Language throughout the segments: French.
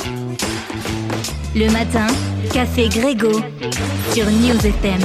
Le matin, Café Grégo sur News FM.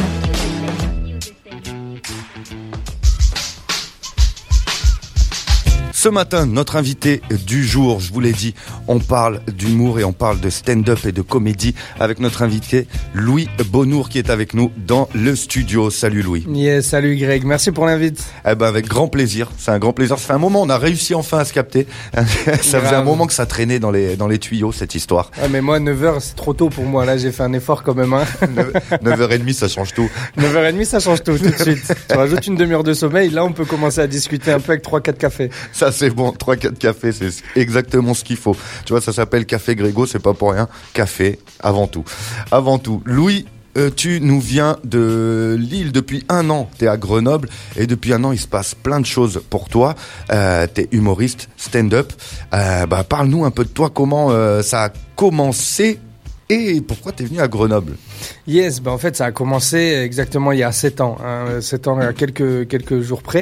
Ce matin, notre invité du jour, je vous l'ai dit, on parle d'humour et on parle de stand-up et de comédie avec notre invité Louis Bonnour qui est avec nous dans le studio. Salut Louis. Yes, salut Greg, merci pour l'invite. Avec grand plaisir, c'est un grand plaisir. Ça fait un moment, on a réussi enfin à se capter. Ça faisait un moment que ça traînait dans les tuyaux cette histoire. Ah mais moi 9h c'est trop tôt pour moi, là j'ai fait un effort quand même. 9h30 ça change tout. 9h30 ça change tout de suite. Tu rajoutes une demi-heure de sommeil, là on peut commencer à discuter un peu avec 3-4 cafés. Ça c'est bon, 3-4 cafés, c'est exactement ce qu'il faut. Tu vois, ça s'appelle Café Grégo, c'est pas pour rien. Café, avant tout. Avant tout. Louis, tu nous viens de Lille depuis 1 an. T'es à Grenoble et depuis 1 an, il se passe plein de choses pour toi. T'es humoriste, stand-up. Parle-nous un peu de toi, comment ça a commencé et pourquoi t'es venu à Grenoble? Yes, en fait ça a commencé exactement il y a 7 ans. 7 ans à quelques jours près.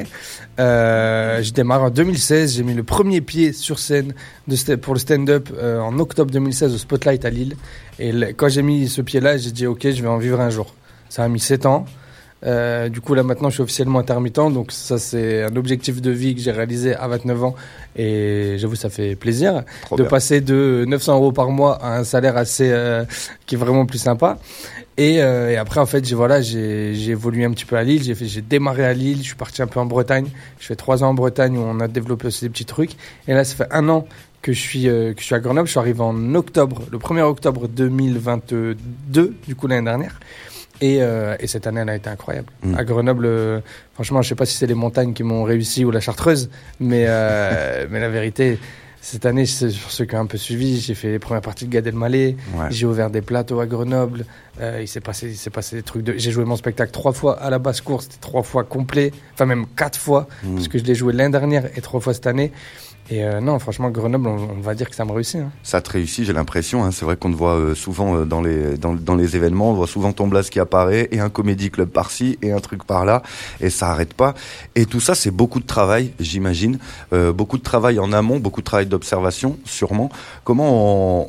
J'ai démarré en 2016, j'ai mis le premier pied sur scène pour le stand-up en octobre 2016 au Spotlight à Lille. Et quand j'ai mis ce pied-là, j'ai dit ok, je vais en vivre un jour. Ça a mis 7 ans. Du coup là maintenant je suis officiellement intermittent, donc ça c'est un objectif de vie que j'ai réalisé à 29 ans et j'avoue ça fait plaisir de passer de 900 € par mois à un salaire assez qui est vraiment plus sympa. Et après en fait j'ai évolué un petit peu à Lille, j'ai démarré à Lille, je suis parti un peu en Bretagne, je fais 3 ans en Bretagne où on a développé aussi des petits trucs et là ça fait 1 an que je suis à Grenoble. Je suis arrivé en octobre, le 1er octobre 2022 du coup l'année dernière. Et cette année, elle a été incroyable. À Grenoble, franchement, je sais pas si c'est les montagnes qui m'ont réussi ou la Chartreuse, mais la vérité, cette année, pour ceux qui ont un peu suivi, j'ai fait les premières parties de Gad Elmaleh, j'ai ouvert des plateaux à Grenoble, il s'est passé des trucs j'ai joué mon spectacle 3 fois à la basse-cour, c'était 3 fois complet, enfin même 4 fois, parce que je l'ai joué l'année dernière et 3 fois cette année. Et non, franchement, Grenoble, on va dire que ça me réussit. Ça te réussit, j'ai l'impression. C'est vrai qu'on te voit souvent dans les événements, on voit souvent ton blase qui apparaît, et un comédie club par-ci, et un truc par-là, et ça arrête pas. Et tout ça, c'est beaucoup de travail, j'imagine. Beaucoup de travail en amont, beaucoup de travail d'observation, sûrement. Comment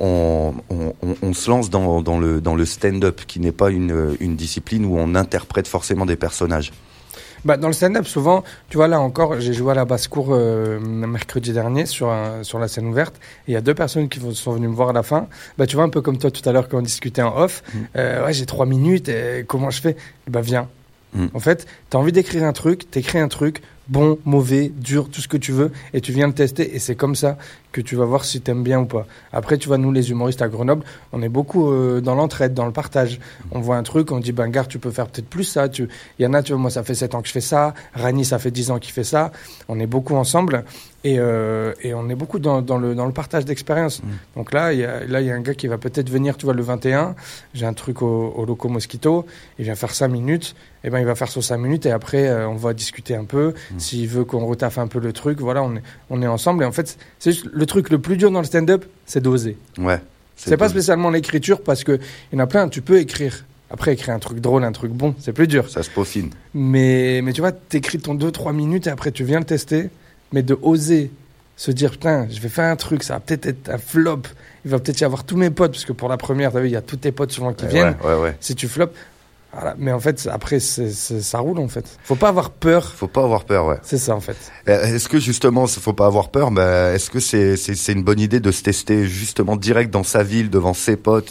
on se lance dans le stand-up, qui n'est pas une discipline où on interprète forcément des personnages? Dans le stand-up, souvent, tu vois, là encore, j'ai joué à la basse-cour mercredi dernier sur la scène ouverte. Et il y a 2 personnes qui sont venues me voir à la fin. Tu vois, un peu comme toi tout à l'heure quand on discutait en off. J'ai 3 minutes, comment je fais? Viens. En fait, t'as envie d'écrire un truc, t'écris un truc, bon, mauvais, dur, tout ce que tu veux, et tu viens le tester, et c'est comme ça que tu vas voir si t'aimes bien ou pas. Après, tu vois, nous, les humoristes à Grenoble, on est beaucoup dans l'entraide, dans le partage. On voit un truc, on dit, gare, tu peux faire peut-être plus ça. Il y en a, tu vois, moi, ça fait 7 ans que je fais ça. Rani, ça fait 10 ans qu'il fait ça. On est beaucoup ensemble, et on est beaucoup dans le partage d'expérience. Donc là, il y a un gars qui va peut-être venir, tu vois, le 21. J'ai un truc au Loco Mosquito. Il vient faire 5 minutes. Il va faire sur 5 minutes, et après, on va discuter un peu. S'il veut qu'on retaffe un peu le truc, voilà, on est ensemble. Et en fait, c'est juste le truc le plus dur dans le stand-up, c'est d'oser. Ouais. C'est pas spécialement l'écriture, parce que il y en a plein, tu peux écrire. Après, écrire un truc drôle, un truc bon, c'est plus dur. Ça se peaufine. Mais tu vois, t'écris ton 2-3 minutes et après, tu viens le tester. Mais de oser se dire, putain, je vais faire un truc, ça va peut-être être un flop. Il va peut-être y avoir tous mes potes, parce que pour la première, t'as vu, il y a tous tes potes souvent qui viennent. Ouais. Si tu flops. Voilà. Mais en fait, après, ça roule, en fait. Faut pas avoir peur. Faut pas avoir peur, ouais. C'est ça, en fait. Est-ce que, justement, faut pas avoir peur, est-ce que c'est une bonne idée de se tester, justement, direct dans sa ville, devant ses potes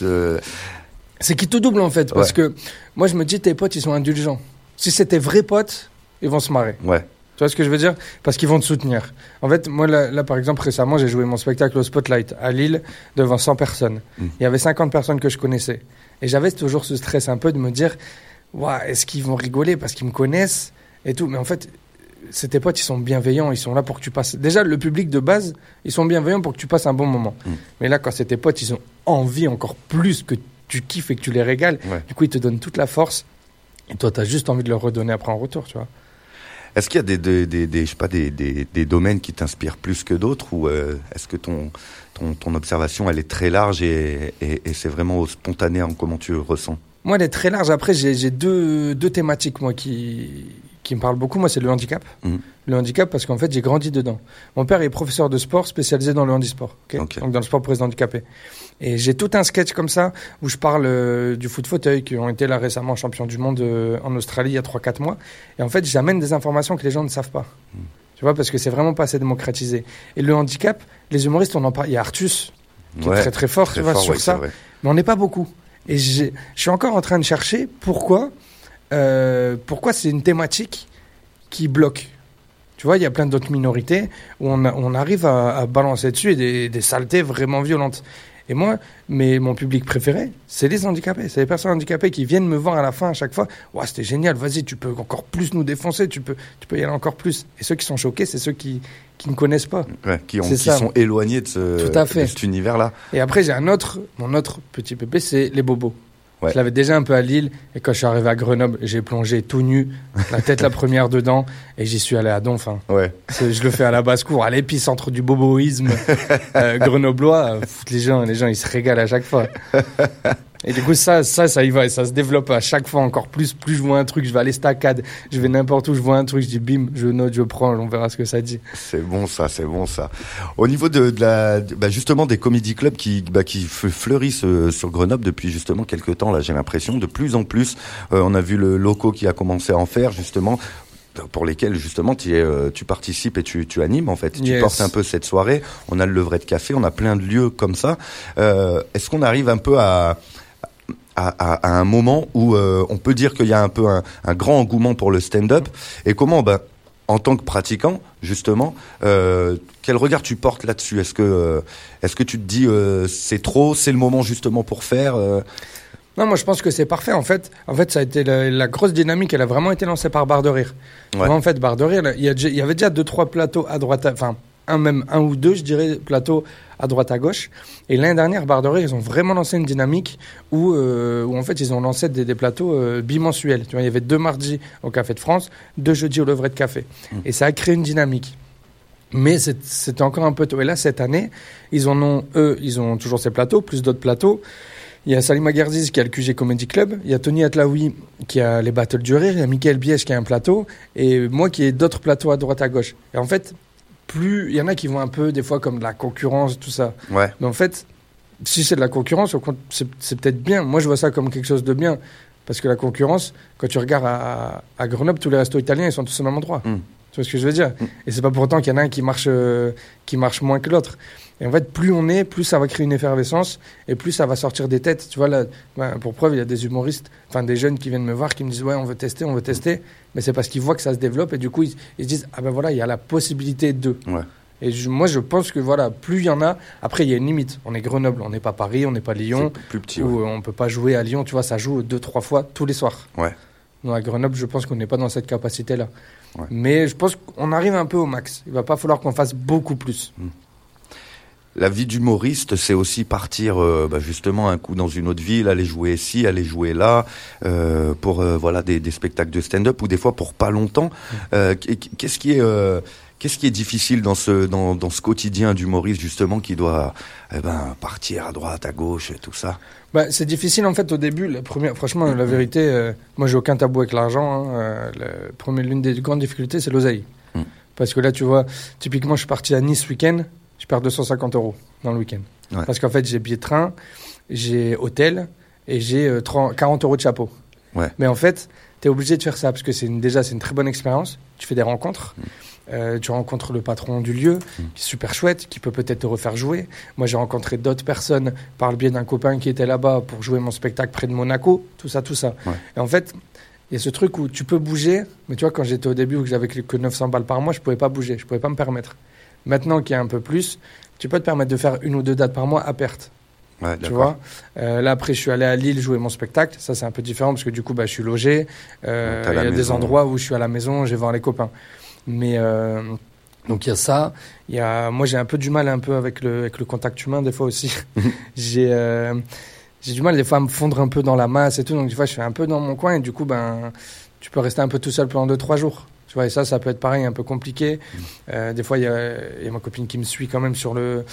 C'est qui tout double, en fait. Parce que, moi, je me dis, tes potes, ils sont indulgents. Si c'est tes vrais potes, ils vont se marrer. Ouais. Tu vois ce que je veux dire? Parce qu'ils vont te soutenir. En fait, moi, là, par exemple, récemment, j'ai joué mon spectacle au Spotlight à Lille devant 100 personnes. Il y avait 50 personnes que je connaissais. Et j'avais toujours ce stress un peu de me dire, est-ce qu'ils vont rigoler parce qu'ils me connaissent et tout. Mais en fait, c'est tes potes, ils sont bienveillants, ils sont là pour que tu passes. Déjà, le public de base, ils sont bienveillants pour que tu passes un bon moment. Mais là, quand c'est tes potes, ils ont envie encore plus que tu kiffes et que tu les régales. Ouais. Du coup, ils te donnent toute la force. Et toi, tu as juste envie de leur redonner après en retour, tu vois. Est-ce qu'il y a des domaines qui t'inspirent plus que d'autres, ou est-ce que ton observation, elle est très large et c'est vraiment spontané en comment tu ressens? Moi, elle est très large. Après, j'ai deux thématiques, moi, qui qui me parle beaucoup, moi, c'est le handicap. Le handicap, parce qu'en fait, j'ai grandi dedans. Mon père est professeur de sport spécialisé dans le handisport, donc dans le sport pour les handicapés. Et j'ai tout un sketch comme ça où je parle du foot fauteuil, qui ont été là récemment champions du monde en Australie il y a 3-4 mois. Et en fait, j'amène des informations que les gens ne savent pas. Tu vois, parce que c'est vraiment pas assez démocratisé. Et le handicap, les humoristes, on en parle. Il y a Artus, qui est très très fort, tu vois, sur ça. Mais on n'est pas beaucoup. Et je suis encore en train de chercher pourquoi c'est une thématique qui bloque. Tu vois, il y a plein d'autres minorités où on arrive à balancer dessus et des saletés vraiment violentes. Et moi, mon public préféré, c'est les handicapés. C'est les personnes handicapées qui viennent me voir à la fin à chaque fois. « Ouah, c'était génial, vas-y, tu peux encore plus nous défoncer, tu peux y aller encore plus. » Et ceux qui sont choqués, c'est ceux qui ne connaissent pas. Ouais, qui sont éloignés de cet univers-là. Et après, mon autre petit pépé, c'est les bobos. Ouais. Je l'avais déjà un peu à Lille, et quand je suis arrivé à Grenoble, j'ai plongé tout nu, la tête la première dedans, et j'y suis allé à Donf. Ouais. Je le fais à la basse-cour, à l'épicentre du boboïsme grenoblois. Les gens, ils se régalent à chaque fois. Et du coup, ça y va, et ça se développe à chaque fois encore plus. Plus je vois un truc, je vais à l'estacade, je vais n'importe où, je vois un truc, je dis bim, je note, je prends, on verra ce que ça dit. C'est bon ça. Au niveau justement des comedy clubs qui fleurissent sur Grenoble depuis justement quelques temps, là, j'ai l'impression, de plus en plus. On a vu le Loco qui a commencé à en faire justement, pour lesquels justement tu participes et tu animes en fait. Yes. Tu portes un peu cette soirée. On a le Levrette Café, on a plein de lieux comme ça. Est-ce qu'on arrive un peu à un moment où on peut dire qu'il y a un peu un grand engouement pour le stand-up, et comment, en tant que pratiquant, justement, quel regard tu portes là-dessus? Est-ce que tu te dis c'est trop, c'est le moment justement pour faire Non, moi je pense que c'est parfait. En fait, ça a été la grosse dynamique. Elle a vraiment été lancée par Barre de Rire. Ouais. En fait, Barre de Rire, il y avait déjà 2-3 plateaux à droite, un ou deux, je dirais, plateaux à droite à gauche. Et l'année dernière, Barre de Rire, ils ont vraiment lancé une dynamique où en fait, ils ont lancé des plateaux bimensuels. Tu vois, il y avait 2 mardis au Café de France, 2 jeudis au Levrette Café. Et ça a créé une dynamique. Mais c'était encore un peu tôt. Et là, cette année, ils ont toujours ces plateaux, plus d'autres plateaux. Il y a Salima Gerziz qui a le QG Comedy Club, il y a Tony Atlaoui qui a les Battles du Rire, il y a Mickaël Biège qui a un plateau, et moi qui ai d'autres plateaux à droite à gauche. Et en fait, il y en a qui vont un peu des fois comme de la concurrence, tout ça. Ouais. Mais en fait, si c'est de la concurrence, c'est peut-être bien. Moi, je vois ça comme quelque chose de bien. Parce que la concurrence, quand tu regardes à Grenoble, tous les restos italiens, ils sont tous au même endroit. Tu vois ce que je veux dire? Et c'est pas pour autant qu'il y en a un qui marche moins que l'autre. Et en fait, plus on est, plus ça va créer une effervescence et plus ça va sortir des têtes. Tu vois, là, pour preuve, il y a des humoristes, des jeunes qui viennent me voir, qui me disent « Ouais, on veut tester. » Mais c'est parce qu'ils voient que ça se développe et du coup, ils se disent « Ah ben voilà, il y a la possibilité de. » Ouais. Et moi, je pense que voilà, plus il y en a, après, il y a une limite. On est Grenoble, on n'est pas Paris, on n'est pas Lyon. C'est plus petit, où on peut pas jouer à Lyon, tu vois, ça joue 2-3 fois tous les soirs. Ouais. Non, à Grenoble, je pense qu'on n'est pas dans cette capacité-là. Ouais. Mais je pense qu'on arrive un peu au max. Il va pas falloir qu'on fasse beaucoup plus. La vie d'humoriste, c'est aussi partir justement un coup dans une autre ville, aller jouer ici, aller jouer là, pour des spectacles de stand-up, ou des fois pour pas longtemps. Qu'est-ce qui est difficile dans ce quotidien d'humoriste justement qui doit partir à droite, à gauche, et tout ça? C'est difficile en fait au début. Franchement, la vérité, moi j'ai aucun tabou avec l'argent. L'une des grandes difficultés, c'est l'oseille. Parce que là, tu vois, typiquement, je suis parti à Nice ce week-end. Je perds 250 € dans le week-end. Ouais. Parce qu'en fait, j'ai billet de train, j'ai hôtel et j'ai 40 € de chapeau. Ouais. Mais en fait, tu es obligé de faire ça parce que c'est une très bonne expérience. Tu fais des rencontres. Tu rencontres le patron du lieu, qui est super chouette, qui peut-être te refaire jouer. Moi, j'ai rencontré d'autres personnes par le biais d'un copain qui était là-bas pour jouer mon spectacle près de Monaco. Tout ça. Ouais. Et en fait, il y a ce truc où tu peux bouger. Mais tu vois, quand j'étais au début, où j'avais que 900 balles par mois, je pouvais pas bouger. Je pouvais pas me permettre. Maintenant qu'il y a un peu plus, tu peux te permettre de faire 1 ou 2 dates par mois à perte. Ouais, tu vois. Là, après, je suis allé à Lille jouer mon spectacle. Ça, c'est un peu différent parce que du coup, je suis logé. Il y a des endroits où je suis à la maison, je vais voir les copains. Mais donc, il y a ça. Moi, j'ai un peu du mal avec le contact humain, des fois aussi. J'ai du mal, des fois, à me fondre un peu dans la masse et tout. Donc, des fois, je suis un peu dans mon coin et du coup, tu peux rester un peu tout seul pendant 2-3 jours. Tu vois, et ça peut être pareil, un peu compliqué. Des fois, il y a ma copine qui me suit quand même sur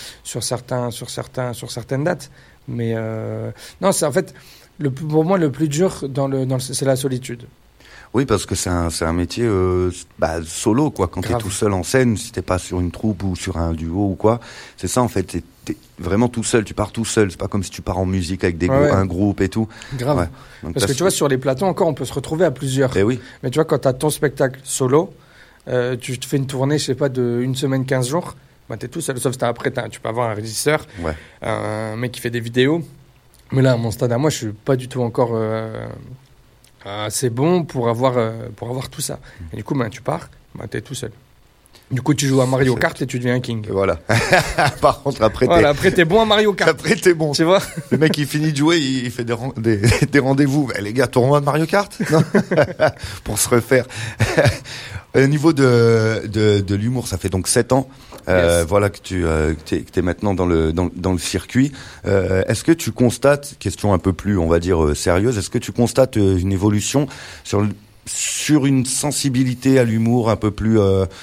certaines dates. Mais non, c'est en fait, pour moi, le plus dur c'est la solitude. Oui, parce que c'est un métier solo, quoi. Quand t'es tout seul en scène, si t'es pas sur une troupe ou sur un duo ou quoi, c'est ça en fait. T'es vraiment tout seul, tu pars tout seul. C'est pas comme si tu pars en musique avec un groupe et tout. Grave. Ouais. Donc, parce que tu vois, sur les plateaux encore, on peut se retrouver à plusieurs. Et oui. Mais tu vois, quand t'as ton spectacle solo, tu te fais une tournée, je sais pas, de 1 semaine, 15 jours. Bah, t'es tout seul, sauf si après, tu peux avoir un régisseur, un mec qui fait des vidéos. Mais là, à mon stade à moi, je suis pas du tout encore assez bon pour avoir tout ça. Et du coup, tu pars, t'es tout seul. Du coup, tu joues à Mario Kart et tu deviens un king. Et voilà. Par contre, après, t'es bon à Mario Kart. Après, t'es bon. Tu vois. Le mec, il finit de jouer, il fait des rendez-vous. Les gars, tournoi de Mario Kart? Non. Pour se refaire. Au niveau de l'humour, ça fait donc 7 ans. Yes. Voilà que t'es maintenant dans le circuit. Est-ce que tu constates, question un peu plus, on va dire, sérieuse, est-ce que tu constates une évolution sur une sensibilité à l'humour un peu plus,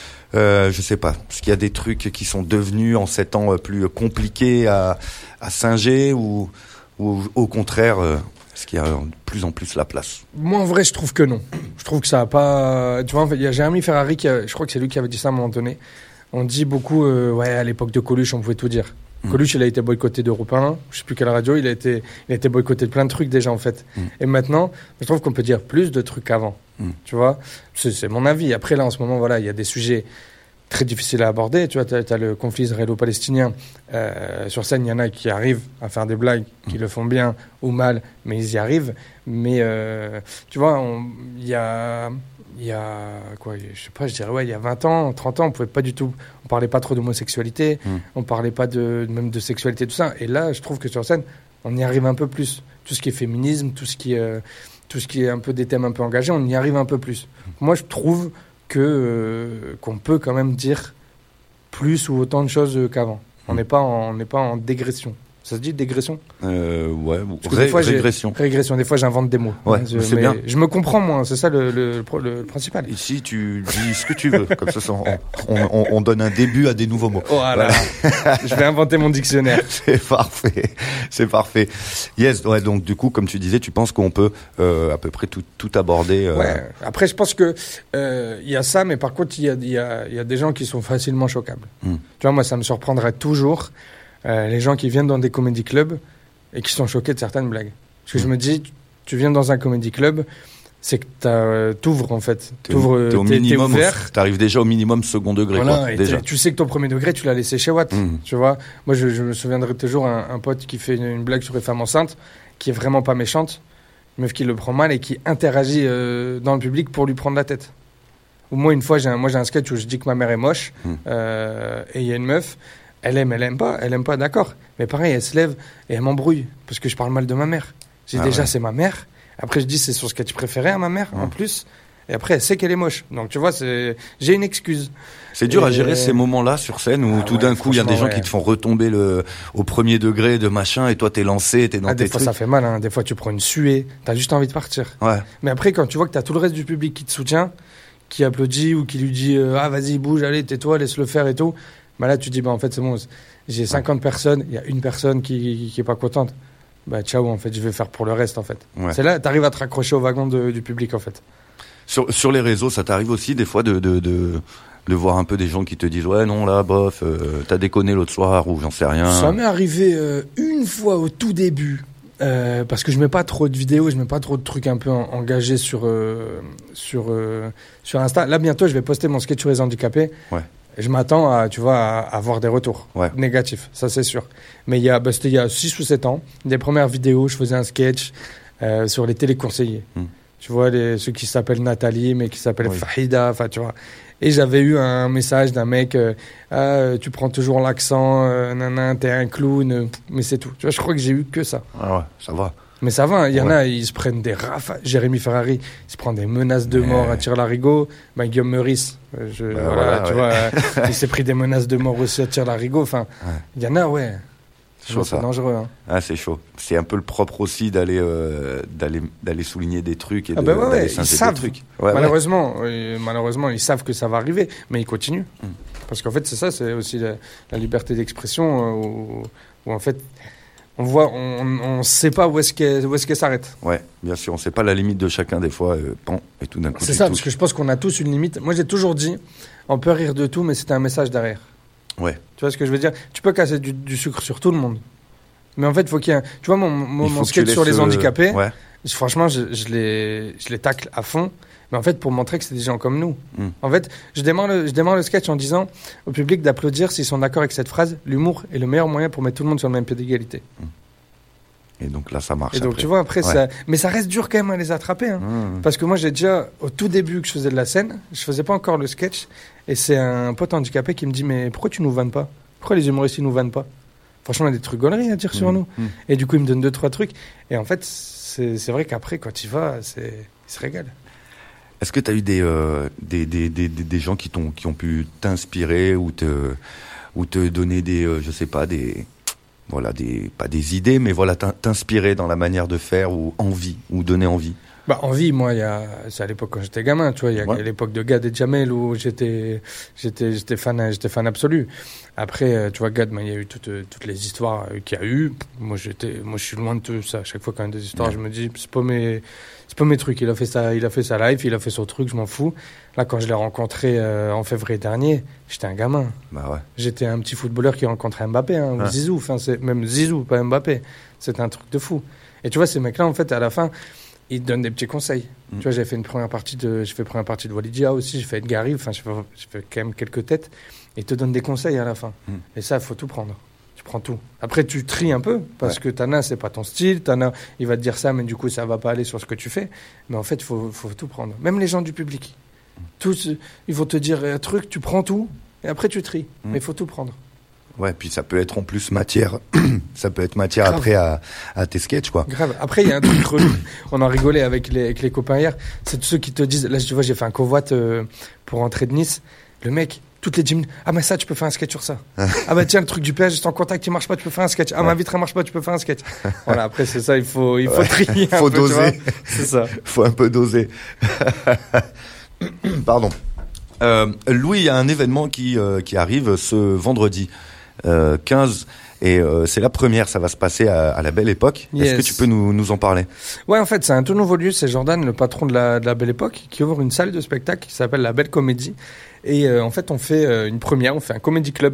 je sais pas, parce qu'il y a des trucs qui sont devenus en 7 ans plus compliqués à singer ou au contraire, est-ce qu'il y a de plus en plus la place? Moi, en vrai, je trouve que non. Je trouve que ça a pas... Tu vois, il y a Jérémy Ferrari, je crois que c'est lui qui avait dit ça à un moment donné. On dit beaucoup, à l'époque de Coluche, on pouvait tout dire. Coluche, il a été boycotté d'Europe 1, je sais plus quelle radio, il a été boycotté de plein de trucs déjà, en fait. Et maintenant, je trouve qu'on peut dire plus de trucs qu'avant. Tu vois, c'est mon avis. Après, là, en ce moment, voilà, il y a des sujets très difficiles à aborder. Tu vois, t'as le conflit israélo-palestinien. Sur scène, il y en a qui arrivent à faire des blagues, qui le font bien ou mal, mais ils y arrivent. Mais, tu vois, il y a quoi, je sais pas, je dirais, il y a 20 ans, 30 ans, on pouvait pas du tout, on parlait pas trop d'homosexualité, on parlait pas même de sexualité, tout ça. Et là, je trouve que sur scène, on y arrive un peu plus. Tout ce qui est féminisme, tout ce qui est un peu des thèmes un peu engagés, on y arrive un peu plus. Moi, je trouve qu'on peut quand même dire plus ou autant de choses qu'avant. On n'est pas en dégression. Ça se dit dégression? Ouais, régression. Régression, des fois j'invente des mots. Ouais, c'est bien. Je me comprends, moi, c'est ça le principal. Ici, tu dis ce que tu veux, comme ça on donne un début à des nouveaux mots. Voilà. Je vais inventer mon dictionnaire. C'est parfait. Yes, ouais, donc du coup, comme tu disais, tu penses qu'on peut à peu près tout aborder. Ouais, après je pense que y a ça, mais par contre, il y a des gens qui sont facilement choquables. Tu vois, moi, ça me surprendrait toujours. Les gens qui viennent dans des comédie clubs et qui sont choqués de certaines blagues. Parce que je me dis, tu viens dans un comédie club, c'est que t'ouvres en fait. T'es au minimum, t'arrives déjà au minimum second degré. Voilà, quoi, déjà. Tu sais que ton premier degré, tu l'as laissé chez Watt. Tu vois, moi je me souviendrai toujours un pote qui fait une blague sur les femmes enceintes, qui est vraiment pas méchante, une meuf qui le prend mal et qui interagit dans le public pour lui prendre la tête. Ou moi une fois, j'ai un sketch où je dis que ma mère est moche et il y a une meuf. Elle aime pas, d'accord. Mais pareil, elle se lève et elle m'embrouille parce que je parle mal de ma mère. C'est ma mère. Après, je dis c'est son sketch préféré à ma mère, en plus. Et après, elle sait qu'elle est moche. Donc, tu vois, j'ai une excuse. C'est dur à gérer ces moments-là sur scène où tout d'un coup, il y a des gens qui te font retomber au premier degré de machin et toi, t'es lancé, t'es dans tes trucs. Des fois, ça fait mal, hein. Des fois, tu prends une suée. T'as juste envie de partir. Ouais. Mais après, quand tu vois que t'as tout le reste du public qui te soutient, qui applaudit ou qui lui dit, vas-y, bouge, allez, tais-toi, laisse-le faire et tout. Bah là, tu dis, en fait, c'est bon, j'ai 50 personnes, il y a une personne qui est pas contente. Bah, ciao, en fait, je vais faire pour le reste, en fait. Ouais. C'est là, t'arrives à te raccrocher au wagon du public, en fait. Sur les réseaux, ça t'arrive aussi, des fois, de voir un peu des gens qui te disent, ouais, non, là, bof, t'as déconné l'autre soir, ou j'en sais rien. Ça m'est arrivé une fois au tout début, parce que je mets pas trop de vidéos, je mets pas trop de trucs un peu engagés sur Insta. Là, bientôt, je vais poster mon sketch sur les handicapés. Ouais. Je m'attends à avoir des retours négatifs, ça c'est sûr. Mais c'était il y a 6 ou 7 ans, des premières vidéos, je faisais un sketch sur les téléconseillers. Tu vois, ceux qui s'appellent Nathalie, mais qui s'appellent Fahida, enfin tu vois. Et j'avais eu un message d'un mec, tu prends toujours l'accent, t'es un clown, mais c'est tout. Tu vois, je crois que j'ai eu que ça. Ah ouais, ça va. Mais ça va, il y en a, ils se prennent des rafales. Jérémy Ferrari, il se prend des menaces de mort à Tire-Larigot. Guillaume Meurice, tu vois, il s'est pris des menaces de mort aussi à Tire-Larigot. Enfin, il y en a, c'est chaud, c'est dangereux. Hein. Ah, c'est chaud. C'est un peu le propre aussi d'aller souligner des trucs et d'aller singer des trucs. Malheureusement, ils savent que ça va arriver, mais ils continuent. Parce qu'en fait, c'est ça, c'est aussi la liberté d'expression où en fait... on sait pas où est-ce qu'elle s'arrête. Ouais, bien sûr, on sait pas la limite de chacun des fois, et tout d'un coup. C'est ça, parce que je pense qu'on a tous une limite. Moi, j'ai toujours dit, on peut rire de tout, mais c'est un message derrière. Ouais. Tu vois ce que je veux dire? Tu peux casser du sucre sur tout le monde. Mais en fait, il faut qu'il y ait tu vois, mon sketch sur les handicapés, ouais. Franchement, je les tacle à fond. Mais en fait, pour montrer que c'est des gens comme nous. En fait, je démarre le sketch en disant au public d'applaudir s'ils sont d'accord avec cette phrase. L'humour est le meilleur moyen pour mettre tout le monde sur le même pied d'égalité. Et donc là, ça marche. Et donc, tu vois, après, ça... Mais ça reste dur quand même à les attraper. Hein. Parce que moi, j'ai déjà, au tout début que je faisais de la scène, je faisais pas encore le sketch. Et c'est un pote handicapé qui me dit, mais pourquoi tu nous vannes pas? Pourquoi les humoristes, ils nous vannent pas? Franchement, on a des trucs gauleries à dire sur nous. Et du coup, il me donne 2-3 trucs. Et en fait, c'est vrai qu'après, quand il va, il se régale. Est-ce que tu as eu des gens qui ont pu t'inspirer ou te donner je sais pas, pas des idées, mais voilà, t'inspirer dans la manière de faire ou donner envie? Envie, moi, c'est à l'époque quand j'étais gamin, tu vois, il y a l'époque de Gad et Jamel où j'étais fan absolu. Après, tu vois, Gad, il y a eu toutes les histoires qu'il y a eu. Moi, je suis loin de tout ça. À chaque fois qu'il y a des histoires, je me dis, c'est pas mes trucs. Il a fait sa live, il a fait son truc, je m'en fous. Là, quand je l'ai rencontré en février dernier, j'étais un gamin. Bah ouais. J'étais un petit footballeur qui rencontrait Mbappé, ou Zizou. Enfin, c'est même Zizou, pas Mbappé. C'était un truc de fou. Et tu vois, ces mecs-là, en fait, à la fin, ils te donnent des petits conseils. Tu vois, j'ai fait première partie de Walidia aussi, j'ai fait Edgar Rive, j'ai fait quand même quelques têtes. Et ils te donnent des conseils à la fin. Et ça, il faut tout prendre. Tu prends tout. Après, tu tries un peu, parce que t'en as, c'est pas ton style. T'en as, il va te dire ça, mais du coup, ça va pas aller sur ce que tu fais. Mais en fait, il faut tout prendre. Même les gens du public. Tous, ils vont te dire un truc, tu prends tout, et après, tu tries. Mais il faut tout prendre. Ouais, puis ça peut être en plus matière. Ça peut être matière grave. Après à tes sketchs, quoi. Grave. Après, il y a un truc relou. On en rigolait avec les copains hier. C'est tous ceux qui te disent, là, tu vois, j'ai fait un covoit pour rentrer de Nice. Le mec, toutes les 10 minutes, ah, mais ça, tu peux faire un sketch sur ça. Ah, bah, tiens, le truc du péage, juste en contact, il marche pas, tu peux faire un sketch. Ah, ma vitre, elle marche pas, tu peux faire un sketch. Voilà, après, c'est ça, il faut trier. Faut un peu, doser. Tu vois, c'est ça. Faut un peu doser. Pardon. Louis, il y a un événement qui arrive ce vendredi 15 et c'est la première, ça va se passer à la Belle Époque. Yes. Est-ce que tu peux nous en parler? Ouais, en fait, c'est un tout nouveau lieu. C'est Jordan, le patron de la Belle Époque, qui ouvre une salle de spectacle qui s'appelle la Belle Comédie. Et en fait, on fait une première, on fait un comédie club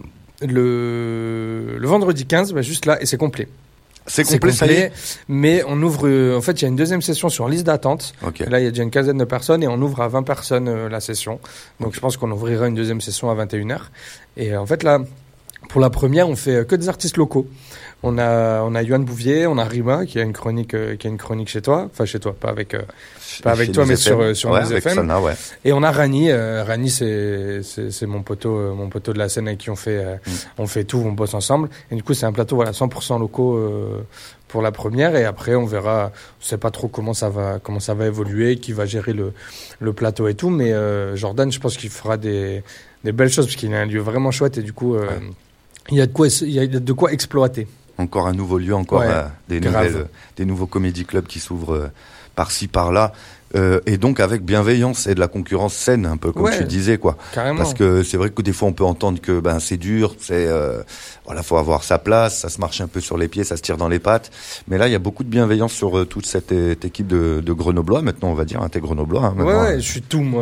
le vendredi 15, juste là, et c'est complet. C'est complet, ça y est. Mais on ouvre, en fait, il y a une deuxième session sur liste d'attente. Okay. Là, il y a déjà une quinzaine de personnes et on ouvre à 20 personnes la session. Donc, je pense qu'on ouvrira une deuxième session à 21h. Et en fait, là, pour la première, on fait que des artistes locaux. On a Yoann Bouvier, on a Rima qui a une chronique chez toi, enfin chez toi, pas avec toi, mais sur News FM. Sana, ouais. Et on a Rani. Rani, c'est mon poteau de la scène avec qui on fait tout, on bosse ensemble. Et du coup, c'est un plateau 100% locaux pour la première. Et après, on verra. On sait pas trop comment ça va évoluer, qui va gérer le plateau et tout. Mais Jordan, je pense qu'il fera des belles choses parce qu'il a un lieu vraiment chouette et du coup. Il y a de quoi exploiter. Encore un nouveau lieu, encore des nouveaux comédie clubs qui s'ouvrent par-ci, par-là. Et donc avec bienveillance et de la concurrence saine, un peu comme tu disais, quoi. Carrément. Parce que c'est vrai que des fois on peut entendre que c'est dur, faut avoir sa place, ça se marche un peu sur les pieds, ça se tire dans les pattes. Mais là il y a beaucoup de bienveillance sur toute cette équipe de Grenoblois. Maintenant on va dire, t'es Grenoblois. Ouais, je suis tout moi.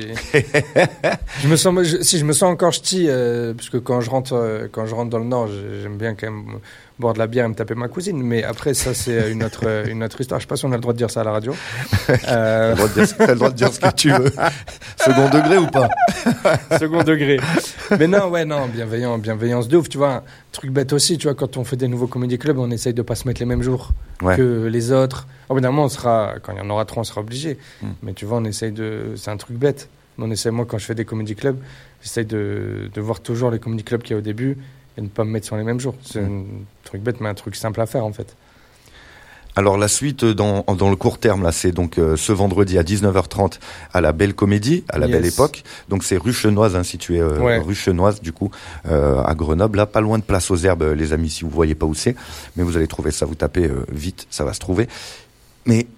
Je me sens encore ch'ti parce que quand je rentre dans le Nord, j'aime bien quand même boire de la bière et me taper ma cousine, mais après ça c'est une autre histoire. Je sais pas si on a le droit de dire ça à la radio. T'as le droit de dire ce que tu veux. Second degré ou pas? Second degré. Mais non, bienveillance de ouf, tu vois. Un truc bête aussi, tu vois, quand on fait des nouveaux comédie clubs, on essaye de pas se mettre les mêmes jours que les autres. Évidemment, quand il y en aura trop, on sera obligé. Mais tu vois, c'est un truc bête. Moi, quand je fais des comédie clubs, j'essaye de voir toujours les comédie clubs qu'il y a au début et ne pas me mettre sur les mêmes jours. C'est un truc bête, mais un truc simple à faire, en fait. Alors la suite dans le court terme, là, c'est donc ce vendredi à 19h30 à la Belle Comédie, à la Belle Époque. Donc c'est rue Chenoise, située rue Chenoise, du coup, à Grenoble, là, pas loin de Place aux Herbes, les amis, si vous voyez pas où c'est. Mais vous allez trouver ça, vous tapez vite, ça va se trouver. Mais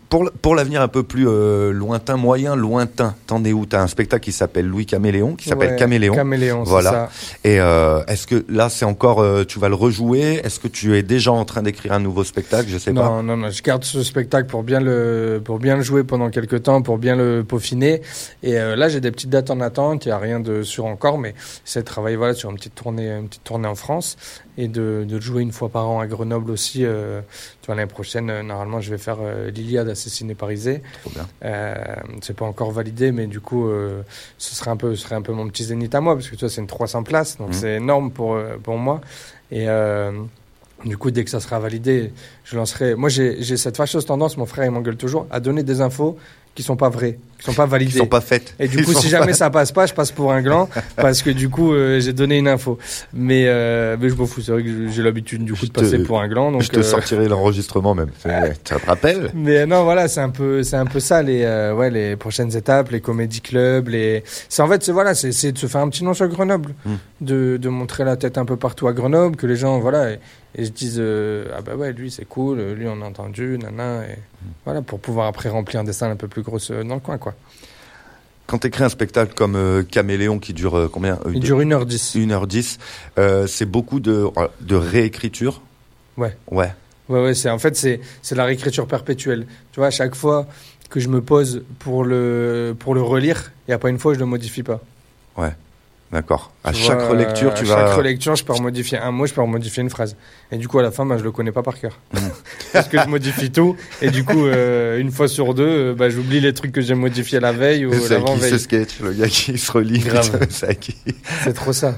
Pour l'avenir un peu plus lointain, moyen, lointain, t'en es où? T'as un spectacle qui s'appelle Louis Caméléon, qui s'appelle Caméléon. Caméléon, voilà. C'est Et ça. est-ce que là, c'est encore, tu vas le rejouer? Est-ce que tu es déjà en train d'écrire un nouveau spectacle? Je sais pas. Non, je garde ce spectacle pour bien le jouer pendant quelques temps, pour bien le peaufiner. Et là, j'ai des petites dates en attente. Il y a rien de sûr encore, mais j'essaie de travailler sur une petite tournée en France et de le jouer une fois par an à Grenoble aussi. Tu vois, l'année prochaine, normalement, je vais faire l'Iliade assassiné par Isée. Trop bien. C'est pas encore validé, mais du coup, ce serait un peu mon petit zénith à moi, parce que tu vois, c'est une 300 places, donc c'est énorme pour moi. Et du coup, dès que ça sera validé, je lancerai. Moi, j'ai cette fâcheuse tendance, mon frère il m'engueule toujours, à donner des infos qui sont pas vraies, qui sont pas validées, Qui sont pas faites. Et du coup, si jamais ça passe pas, je passe pour un gland parce que du coup, j'ai donné une info. Mais je m'en fous. C'est vrai que j'ai l'habitude du coup de passer pour un gland. Donc je te sortirai l'enregistrement même. Tu te rappelles? Mais non, voilà, c'est un peu ça les prochaines étapes, les comédie clubs, c'est de se faire un petit nom sur Grenoble, de montrer la tête un peu partout à Grenoble, que les gens et se disent ah bah ouais, lui c'est cool, lui on a entendu, nana, et voilà, pour pouvoir après remplir des salles un peu plus grosses dans le coin, quoi. Quand tu écris un spectacle comme Caméléon qui dure combien? Il dure 1h10. 1h10. C'est beaucoup de réécriture. Ouais. Ouais. Ouais, c'est la réécriture perpétuelle. Tu vois, à chaque fois que je me pose pour le relire, il n'y a pas une fois où je ne le modifie pas. Ouais. D'accord. À chaque relecture, je peux remodifier un mot, je peux remodifier une phrase. Et du coup, à la fin, je le connais pas par cœur. Parce que je modifie tout. Et du coup, une fois sur deux, j'oublie les trucs que j'ai modifiés la veille ou l'avant-veille. C'est ce sketch, le gars qui se relit. Grave. C'est trop ça.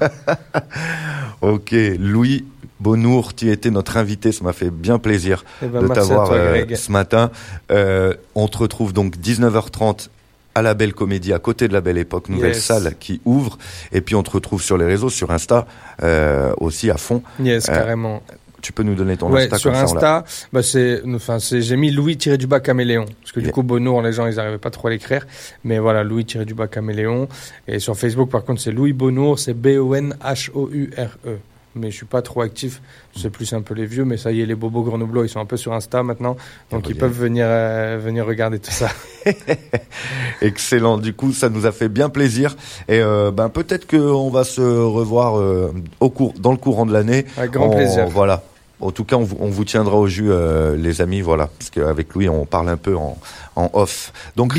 Ok. Louis Bonnour, tu étais notre invité. Ça m'a fait bien plaisir de t'avoir ce matin. On te retrouve donc 19h30 à la Belle Comédie, à côté de la Belle Époque, nouvelle salle qui ouvre. Et puis on te retrouve sur les réseaux, sur Insta aussi à fond. Yes, carrément. Tu peux nous donner ton Insta? Sur Insta, j'ai mis Louis-Caméléon. Parce que du coup, Bonnour, les gens, ils n'arrivaient pas trop à l'écrire. Mais voilà, Louis-Caméléon. Et sur Facebook, par contre, c'est Louis Bonnour, c'est Bonhoure. Mais je suis pas trop actif. C'est plus un peu les vieux, mais ça y est, les bobos grenoblois, ils sont un peu sur Insta maintenant, donc ils peuvent venir regarder tout ça. Excellent. Du coup, ça nous a fait bien plaisir. Et peut-être qu'on va se revoir dans le courant de l'année. Avec grand plaisir. Voilà. En tout cas, on vous tiendra au jus, les amis, voilà, parce qu'avec Louis, on parle un peu en off. Donc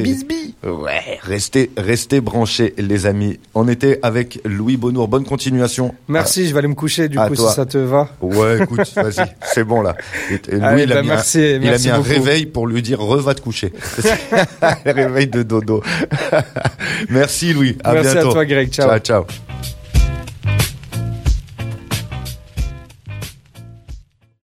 restez branchés, les amis. On était avec Louis Bonnour. Bonne continuation. Merci, je vais aller me coucher, du coup, si ça te va. Ouais, écoute, vas-y, c'est bon, là. Louis, il a mis un réveil pour lui dire, va te coucher. Réveil de dodo. Merci, Louis. À bientôt. Merci à toi, Greg. Ciao. Ciao.